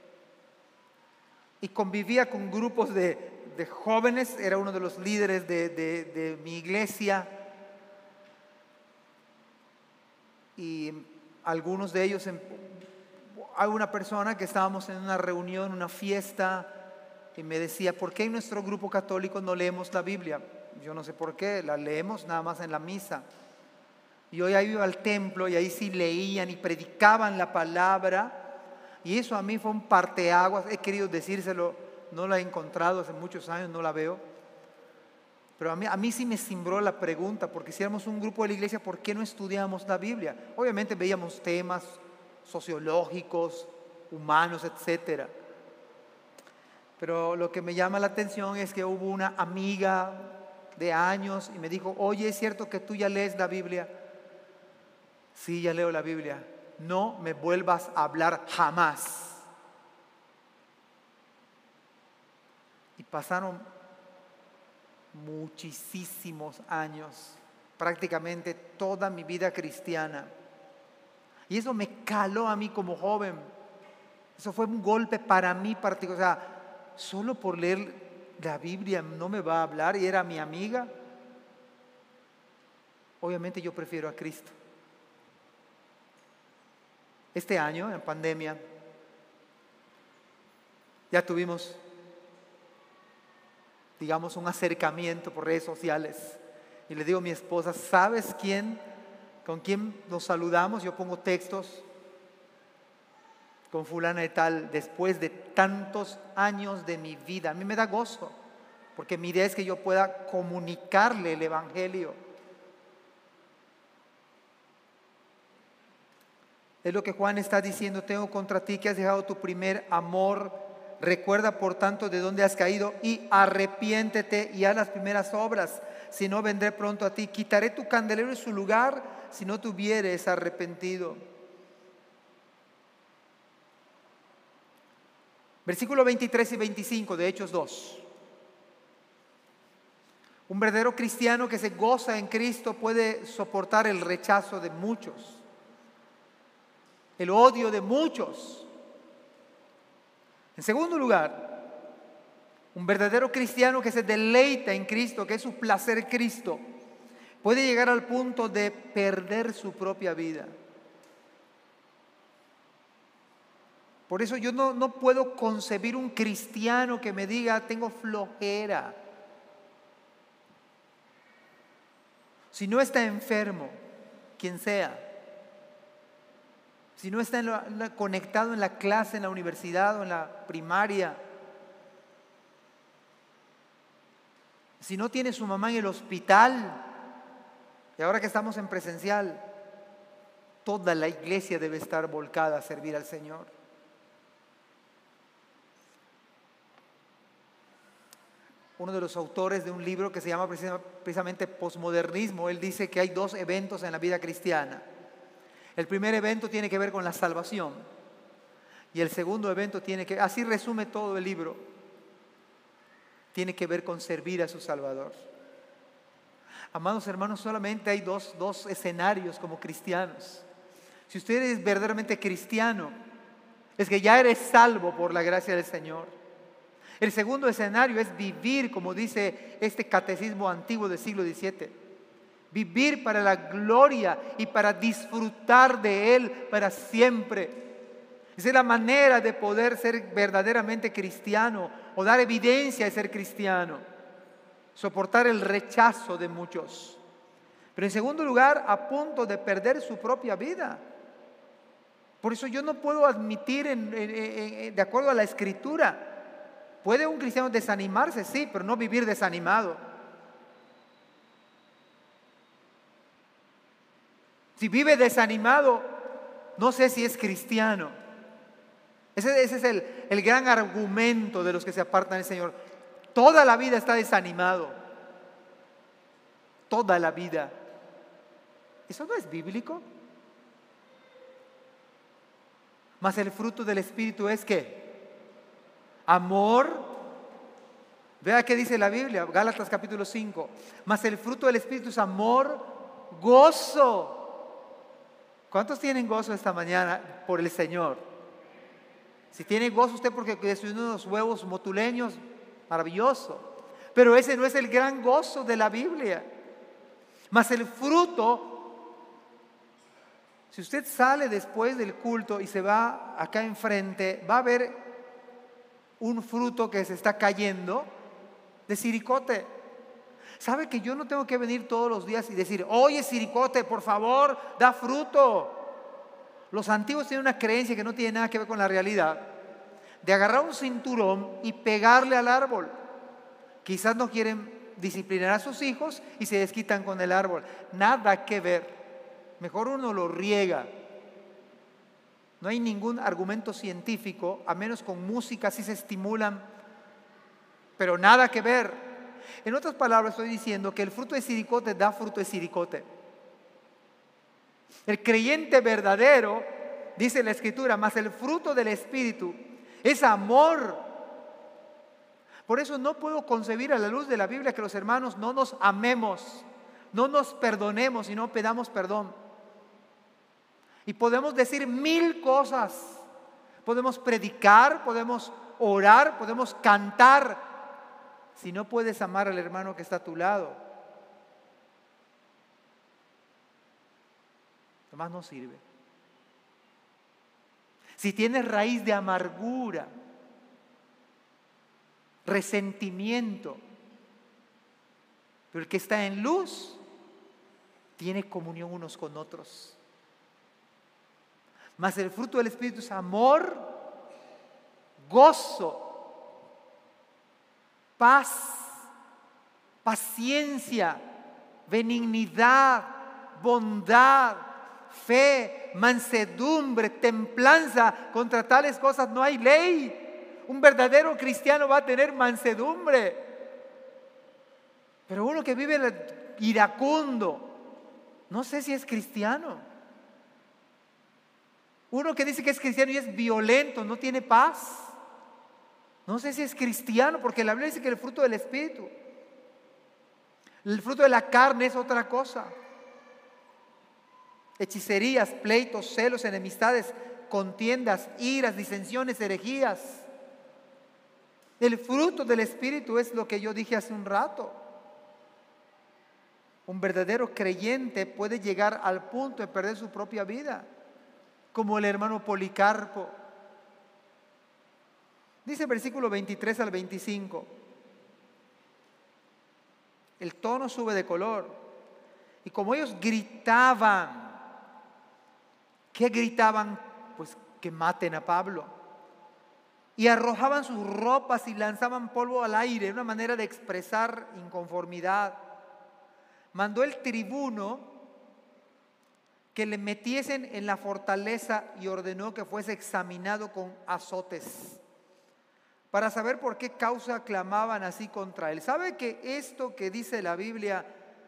Y convivía con grupos de jóvenes, era uno de los líderes de mi iglesia. Y algunos de ellos, hay una persona que estábamos en una reunión, una fiesta, y me decía, ¿por qué en nuestro grupo católico no leemos la Biblia? Yo no sé por qué, la leemos nada más en la misa. Y hoy iba al templo y ahí sí leían y predicaban la palabra. Y eso a mí fue un parteaguas. He querido decírselo, no la he encontrado hace muchos años, no la veo. Pero a mí sí me cimbró la pregunta, porque si éramos un grupo de la iglesia, ¿por qué no estudiamos la Biblia? Obviamente veíamos temas sociológicos, humanos, etcétera. Pero lo que me llama la atención es que hubo una amiga de años y me dijo, oye, ¿es cierto que tú ya lees la Biblia? Sí, ya leo la Biblia. No me vuelvas a hablar jamás. Y pasaron muchísimos años, prácticamente toda mi vida cristiana. Y eso me caló a mí como joven. Eso fue un golpe para mí particular. O sea, solo por leer la Biblia no me va a hablar y era mi amiga. Obviamente yo prefiero a Cristo. Este año, en pandemia, ya tuvimos, digamos, un acercamiento por redes sociales. Y le digo a mi esposa, ¿sabes con quién nos saludamos? Yo pongo textos con fulana de tal, después de tantos años de mi vida. A mí me da gozo, porque mi idea es que yo pueda comunicarle el Evangelio. Es lo que Juan está diciendo, tengo contra ti que has dejado tu primer amor. Recuerda por tanto de dónde has caído y arrepiéntete y haz las primeras obras. Si no, vendré pronto a ti. Quitaré tu candelero de su lugar si no te hubieres arrepentido. Versículos 23 y 25 de Hechos 2. Un verdadero cristiano que se goza en Cristo puede soportar el rechazo de muchos, el odio de muchos. En segundo lugar, un verdadero cristiano que se deleita en Cristo, que es su placer Cristo, puede llegar al punto de perder su propia vida. Por eso yo no puedo concebir un cristiano que me diga, tengo flojera. Si no está enfermo, quien sea, si no está conectado en la clase, en la universidad o en la primaria, si no tiene su mamá en el hospital, y ahora que estamos en presencial, toda la iglesia debe estar volcada a servir al Señor. Uno de los autores de un libro que se llama precisamente Posmodernismo, él dice que hay dos eventos en la vida cristiana. El primer evento tiene que ver con la salvación y el segundo evento así resume todo el libro, tiene que ver con servir a su Salvador. Amados hermanos, solamente hay dos escenarios como cristianos. Si usted es verdaderamente cristiano, es que ya eres salvo por la gracia del Señor. El segundo escenario es vivir, como dice este catecismo antiguo del siglo XVII, vivir para la gloria y para disfrutar de Él para siempre. Esa es la manera de poder ser verdaderamente cristiano o dar evidencia de ser cristiano, soportar el rechazo de muchos. Pero en segundo lugar, a punto de perder su propia vida. Por eso yo no puedo admitir, de acuerdo a la Escritura, ¿puede un cristiano desanimarse? Sí, pero no vivir desanimado. Si vive desanimado, no sé si es cristiano. Ese es el gran argumento de los que se apartan del Señor. Toda la vida está desanimado. Toda la vida. ¿Eso no es bíblico? Mas el fruto del Espíritu es ¿qué? Amor. Vea qué dice la Biblia, Gálatas capítulo 5. Mas el fruto del Espíritu es amor, gozo. ¿Cuántos tienen gozo esta mañana por el Señor? Si tiene gozo usted porque desayunó unos huevos motuleños, maravilloso. Pero ese no es el gran gozo de la Biblia. Mas el fruto Si usted sale después del culto y se va acá enfrente, va a ver un fruto que se está cayendo de siricote. ¿Sabe que yo no tengo que venir todos los días y decir, oye siricote, por favor, da fruto? Los antiguos tienen una creencia que no tiene nada que ver con la realidad, de agarrar un cinturón y pegarle al árbol. Quizás no quieren disciplinar a sus hijos y se desquitan con el árbol. Nada que ver. Mejor uno lo riega. No hay ningún argumento científico, a menos con música sí se estimulan, pero nada que ver. En otras palabras estoy diciendo que el fruto de siricote da fruto de siricote. El creyente verdadero, dice la Escritura, más el fruto del Espíritu es amor. Por eso no puedo concebir a la luz de la Biblia que los hermanos no nos amemos, no nos perdonemos y no pedamos perdón. Y podemos decir 1000 cosas, podemos predicar, podemos orar, podemos cantar. Si no puedes amar al hermano que está a tu lado, nomás no sirve. Si tienes raíz de amargura, resentimiento, pero el que está en luz tiene comunión unos con otros. Mas el fruto del Espíritu es amor, gozo, paz, paciencia, benignidad, bondad, fe, mansedumbre, templanza. Contra tales cosas no hay ley. Un verdadero cristiano va a tener mansedumbre. Pero uno que vive iracundo, no sé si es cristiano. Uno que dice que es cristiano y es violento, no tiene paz. No sé si es cristiano, porque la Biblia dice que el fruto del Espíritu, el fruto de la carne es otra cosa. Hechicerías, pleitos, celos, enemistades, contiendas, iras, disensiones, herejías. El fruto del Espíritu es lo que yo dije hace un rato. Un verdadero creyente puede llegar al punto de perder su propia vida, como el hermano Policarpo. Dice el versículo 23 al 25. El tono sube de color. Y como ellos gritaban, ¿qué gritaban? Pues que maten a Pablo. Y arrojaban sus ropas y lanzaban polvo al aire, una manera de expresar inconformidad. Mandó el tribuno que le metiesen en la fortaleza y ordenó que fuese examinado con azotes para saber por qué causa clamaban así contra él. ¿Sabe que esto que dice la Biblia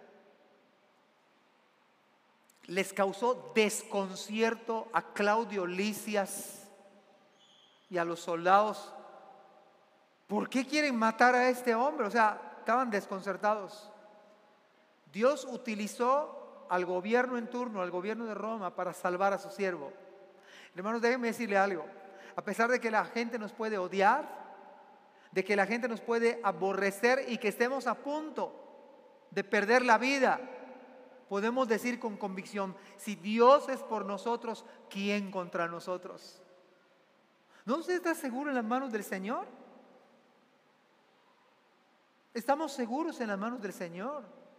les causó desconcierto a Claudio Lisias y a los soldados? ¿Por qué quieren matar a este hombre? O sea, estaban desconcertados. Dios utilizó al gobierno en turno, al gobierno de Roma, para salvar a su siervo. Hermanos, déjenme decirle algo. A pesar de que la gente nos puede odiar, de que la gente nos puede aborrecer y que estemos a punto de perder la vida, podemos decir con convicción, si Dios es por nosotros, ¿quién contra nosotros? ¿No usted está seguro en las manos del Señor? Estamos seguros en las manos del Señor.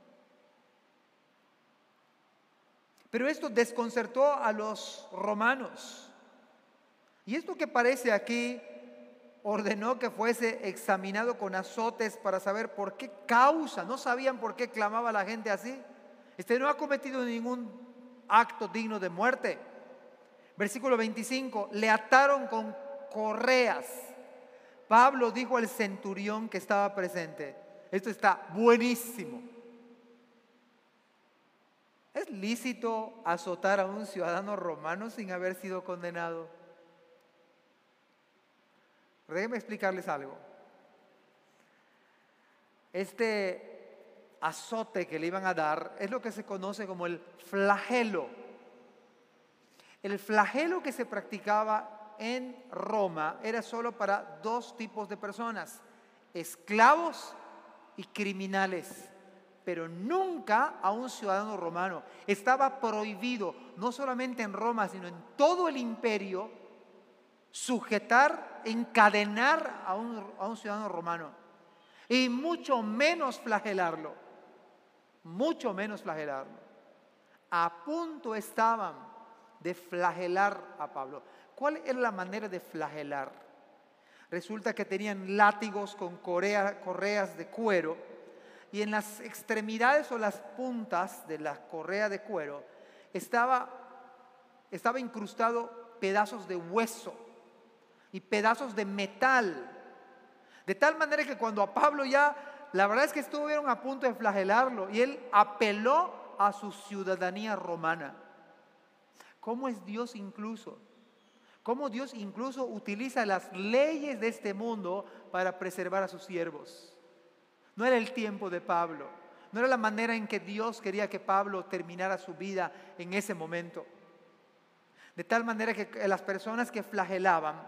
Pero esto desconcertó a los romanos. Y esto que parece aquí, ordenó que fuese examinado con azotes para saber por qué causa. No sabían por qué clamaba la gente así. Este no ha cometido ningún acto digno de muerte. Versículo 25, le ataron con correas. Pablo dijo al centurión que estaba presente, esto está buenísimo. ¿Es lícito azotar a un ciudadano romano sin haber sido condenado? Déjenme explicarles algo. Este azote que le iban a dar es lo que se conoce como el flagelo. El flagelo que se practicaba en Roma era solo para dos tipos de personas: esclavos y criminales. pero nunca a un ciudadano romano. Estaba prohibido, no solamente en Roma, sino en todo el imperio, sujetar, encadenar a un ciudadano romano. Y mucho menos flagelarlo. Mucho menos flagelarlo. A punto estaban de flagelar a Pablo. ¿Cuál era la manera de flagelar? Resulta que tenían látigos con correas de cuero, y en las extremidades o las puntas de la correa de cuero estaba incrustado pedazos de hueso y pedazos de metal, de tal manera que cuando a Pablo la verdad es que estuvieron a punto de flagelarlo, y él apeló a su ciudadanía romana. ¿Cómo es Dios incluso? ¿Cómo Dios incluso utiliza las leyes de este mundo para preservar a sus siervos? No era el tiempo de Pablo, no era la manera en que Dios quería que Pablo terminara su vida en ese momento. De tal manera que las personas que flagelaban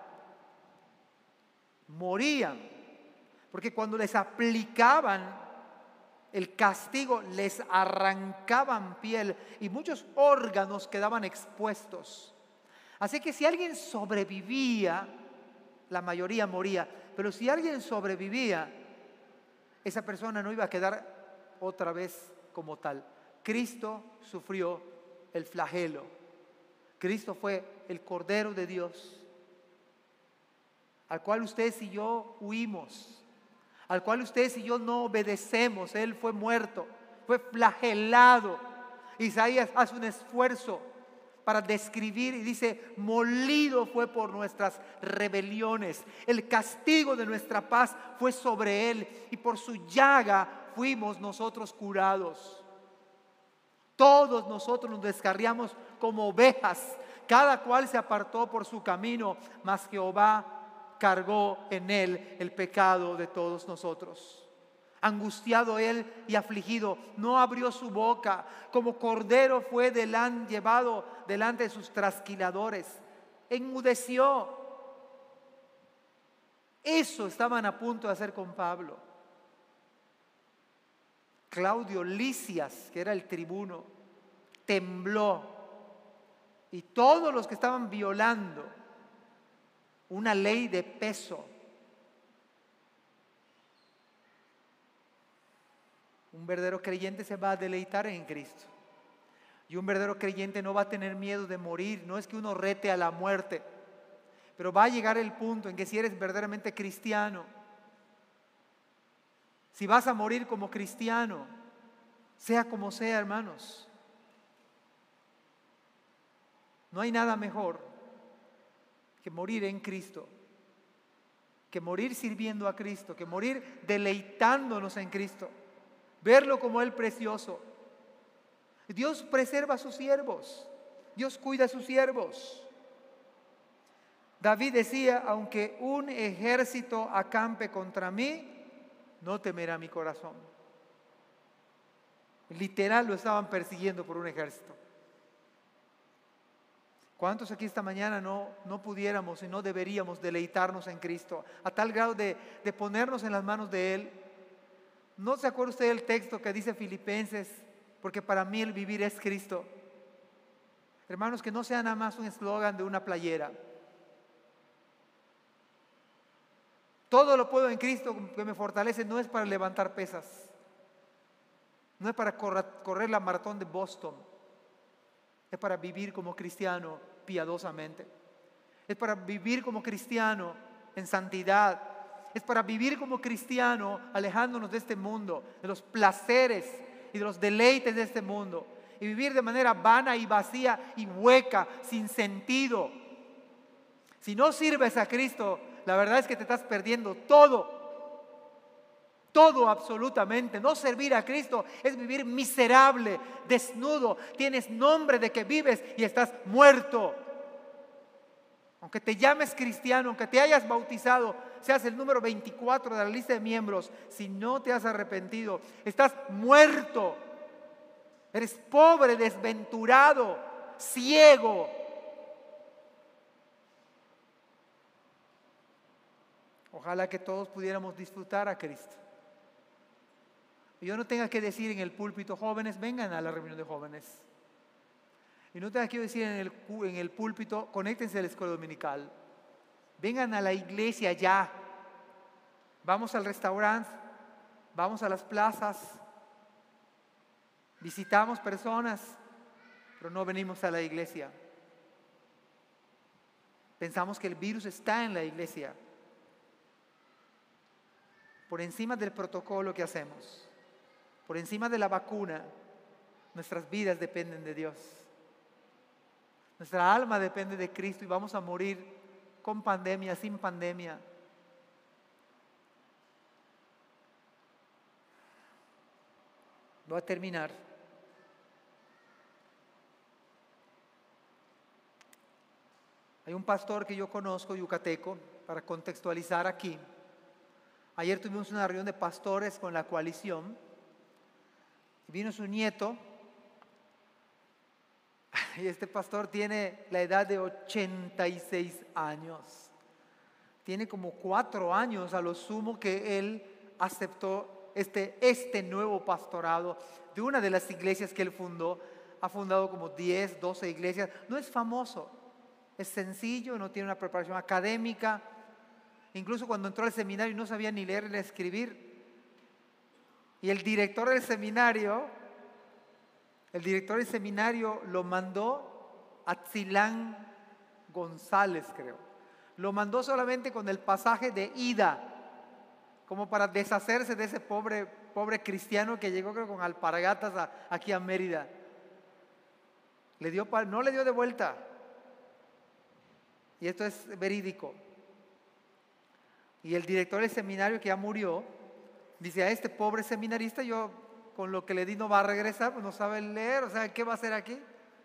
morían, porque cuando les aplicaban el castigo les arrancaban piel y muchos órganos quedaban expuestos. Así que si alguien sobrevivía, la mayoría moría, pero si alguien sobrevivía, esa persona no iba a quedar otra vez como tal. Cristo sufrió el flagelo. Cristo fue el Cordero de Dios, al cual ustedes y yo huimos, al cual ustedes y yo no obedecemos. Él fue muerto, fue flagelado. Isaías hace un esfuerzo para describir y dice: molido fue por nuestras rebeliones, el castigo de nuestra paz fue sobre él, y por su llaga fuimos nosotros curados. Todos nosotros nos descarriamos como ovejas, cada cual se apartó por su camino, mas Jehová cargó en él el pecado de todos nosotros. Angustiado él y afligido, no abrió su boca, como cordero fue llevado delante de sus trasquiladores, enmudeció. Eso estaban a punto de hacer con Pablo. Claudio Lisias, que era el tribuno, tembló, y todos los que estaban violando una ley de peso, un verdadero creyente se va a deleitar en Cristo. Y un verdadero creyente no va a tener miedo de morir. No es que uno rete a la muerte, pero va a llegar el punto en que si eres verdaderamente cristiano, si vas a morir como cristiano, sea como sea, hermanos, no hay nada mejor que morir en Cristo, que morir sirviendo a Cristo, que morir deleitándonos en Cristo. Verlo como el precioso. Dios preserva a sus siervos. Dios cuida a sus siervos. David decía: aunque un ejército acampe contra mí, no temerá mi corazón. Literal, lo estaban persiguiendo por un ejército. ¿Cuántos aquí esta mañana no pudiéramos y no deberíamos deleitarnos en Cristo a tal grado de ponernos en las manos de Él? ¿No se acuerda usted del texto que dice Filipenses? Porque para mí el vivir es Cristo. Hermanos, que no sea nada más un eslogan de una playera. Todo lo puedo en Cristo que me fortalece. No es para levantar pesas, no es para correr la maratón de Boston. Es para vivir como cristiano piadosamente. Es para vivir como cristiano en santidad. Es para vivir como cristiano alejándonos de este mundo, de los placeres y de los deleites de este mundo, y vivir de manera vana y vacía y hueca, sin sentido. Si no sirves a Cristo, la verdad es que te estás perdiendo todo absolutamente. No servir a Cristo es vivir miserable, desnudo. Tienes nombre de que vives y estás muerto. Aunque te llames cristiano, aunque te hayas bautizado, seas el número 24 de la lista de miembros, si no te has arrepentido, estás muerto. Eres pobre, desventurado, ciego. Ojalá que todos pudiéramos disfrutar a Cristo. Y yo no tenga que decir en el púlpito, jóvenes, vengan a la reunión de jóvenes. Y no tenga que decir en el púlpito, conéctense a la escuela dominical. Vengan a la iglesia ya. Vamos al restaurante, vamos a las plazas, visitamos personas, pero no venimos a la iglesia. Pensamos que el virus está en la iglesia. Por encima del protocolo que hacemos, por encima de la vacuna, nuestras vidas dependen de Dios. Nuestra alma depende de Cristo y vamos a morir con pandemia, sin pandemia. Voy a terminar. Hay un pastor que yo conozco, yucateco, para contextualizar aquí. Ayer tuvimos una reunión de pastores con la coalición. Vino su nieto. Y este pastor tiene la edad de 86 años. Tiene como 4 años a lo sumo que él aceptó este nuevo pastorado de una de las iglesias que él fundó. Ha fundado como 10, 12 iglesias. No es famoso, es sencillo, no tiene una preparación académica. Incluso cuando entró al seminario no sabía ni leer ni escribir. Y el director del seminario lo mandó a Tzilán González, creo. Lo mandó solamente con el pasaje de ida, como para deshacerse de ese pobre cristiano que llegó, creo, con alpargatas aquí a Mérida. No le dio de vuelta. Y esto es verídico. Y el director del seminario, que ya murió, dice: a este pobre seminarista yo con lo que le di no va a regresar, pues no sabe leer, o sea, ¿qué va a hacer aquí?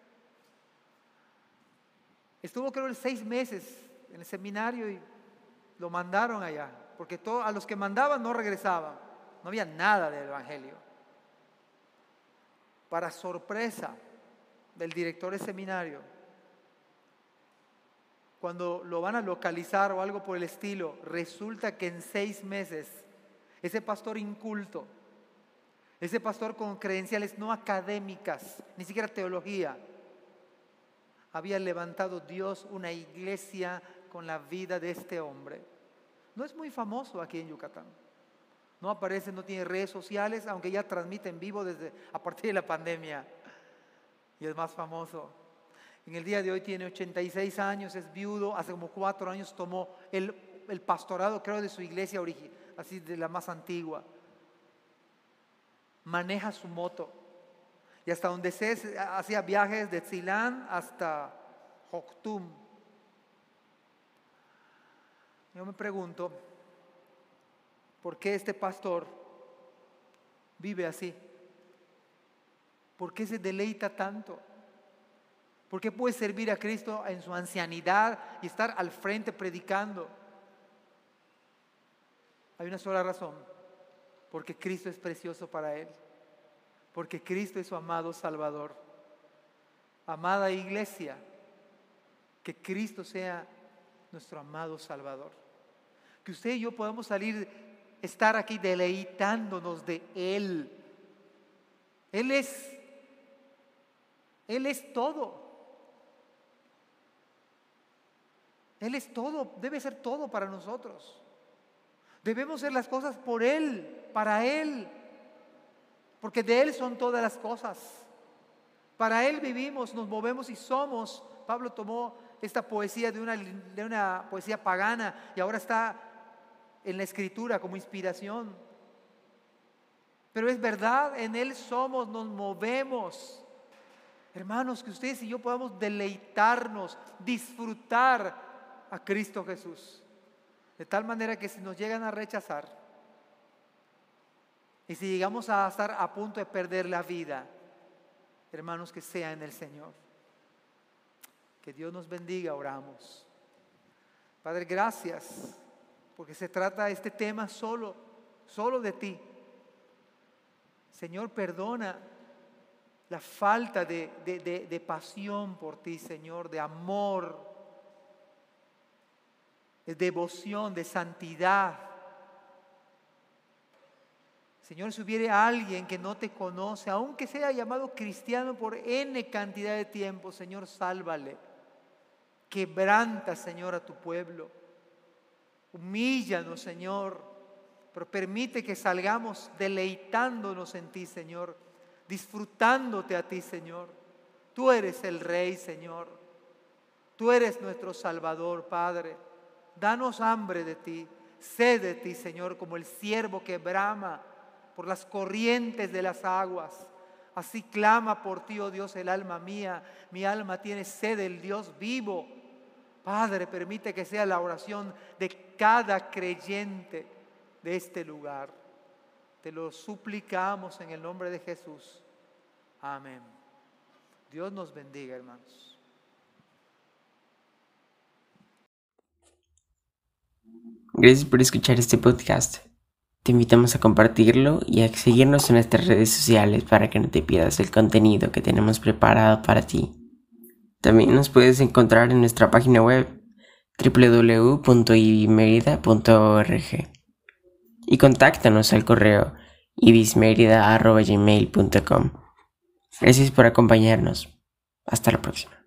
Estuvo, creo, 6 meses en el seminario y lo mandaron allá, porque a los que mandaban no regresaban, no había nada del evangelio. Para sorpresa del director del seminario, cuando lo van a localizar o algo por el estilo, resulta que en 6 meses ese pastor inculto, ese pastor con credenciales no académicas, ni siquiera teología, había levantado Dios una iglesia con la vida de este hombre. No es muy famoso aquí en Yucatán. No aparece, no tiene redes sociales, aunque ya transmite en vivo a partir de la pandemia. Y es más famoso. En el día de hoy tiene 86 años, es viudo. Hace como 4 años tomó el pastorado, creo, de su iglesia así de la más antigua. Maneja su moto. Y hasta donde sé, hacía viajes de Tzilán hasta Joctum. Yo me pregunto, ¿por qué este pastor vive así? ¿Por qué se deleita tanto? ¿Por qué puede servir a Cristo en su ancianidad y estar al frente predicando? Hay una sola razón: porque Cristo es precioso para él, porque Cristo es su amado Salvador. Amada iglesia, que Cristo sea nuestro amado Salvador, que usted y yo podamos estar aquí deleitándonos de Él. Él es todo. Él es todo, debe ser todo para nosotros. Debemos hacer las cosas por Él, para Él, porque de Él son todas las cosas. Para Él vivimos, nos movemos y somos. Pablo tomó esta poesía de una poesía pagana y ahora está en la escritura como inspiración. Pero es verdad, en Él somos, nos movemos. Hermanos, que ustedes y yo podamos deleitarnos, disfrutar a Cristo Jesús, de tal manera que si nos llegan a rechazar y si llegamos a estar a punto de perder la vida, hermanos, que sea en el Señor. Que Dios nos bendiga, oramos. Padre, gracias, porque se trata este tema solo de ti. Señor, perdona la falta de pasión por ti, Señor, de amor, de devoción, de santidad. Señor, si hubiera alguien que no te conoce, aunque sea llamado cristiano por N cantidad de tiempo, Señor, sálvale. Quebranta, Señor, a tu pueblo. Humíllanos, Señor, pero permite que salgamos deleitándonos en ti, Señor, disfrutándote a ti, Señor. Tú eres el Rey, Señor. Tú eres nuestro Salvador, Padre. Danos hambre de ti, sed de ti, Señor, como el ciervo que brama por las corrientes de las aguas. Así clama por ti, oh Dios, el alma mía. Mi alma tiene sed del Dios vivo. Padre, permite que sea la oración de cada creyente de este lugar. Te lo suplicamos en el nombre de Jesús. Amén. Dios nos bendiga, hermanos. Gracias por escuchar este podcast. Te invitamos a compartirlo y a seguirnos en nuestras redes sociales para que no te pierdas el contenido que tenemos preparado para ti. También nos puedes encontrar en nuestra página web www.ibismerida.org y contáctanos al correo ibismerida@gmail.com. Gracias por acompañarnos. Hasta la próxima.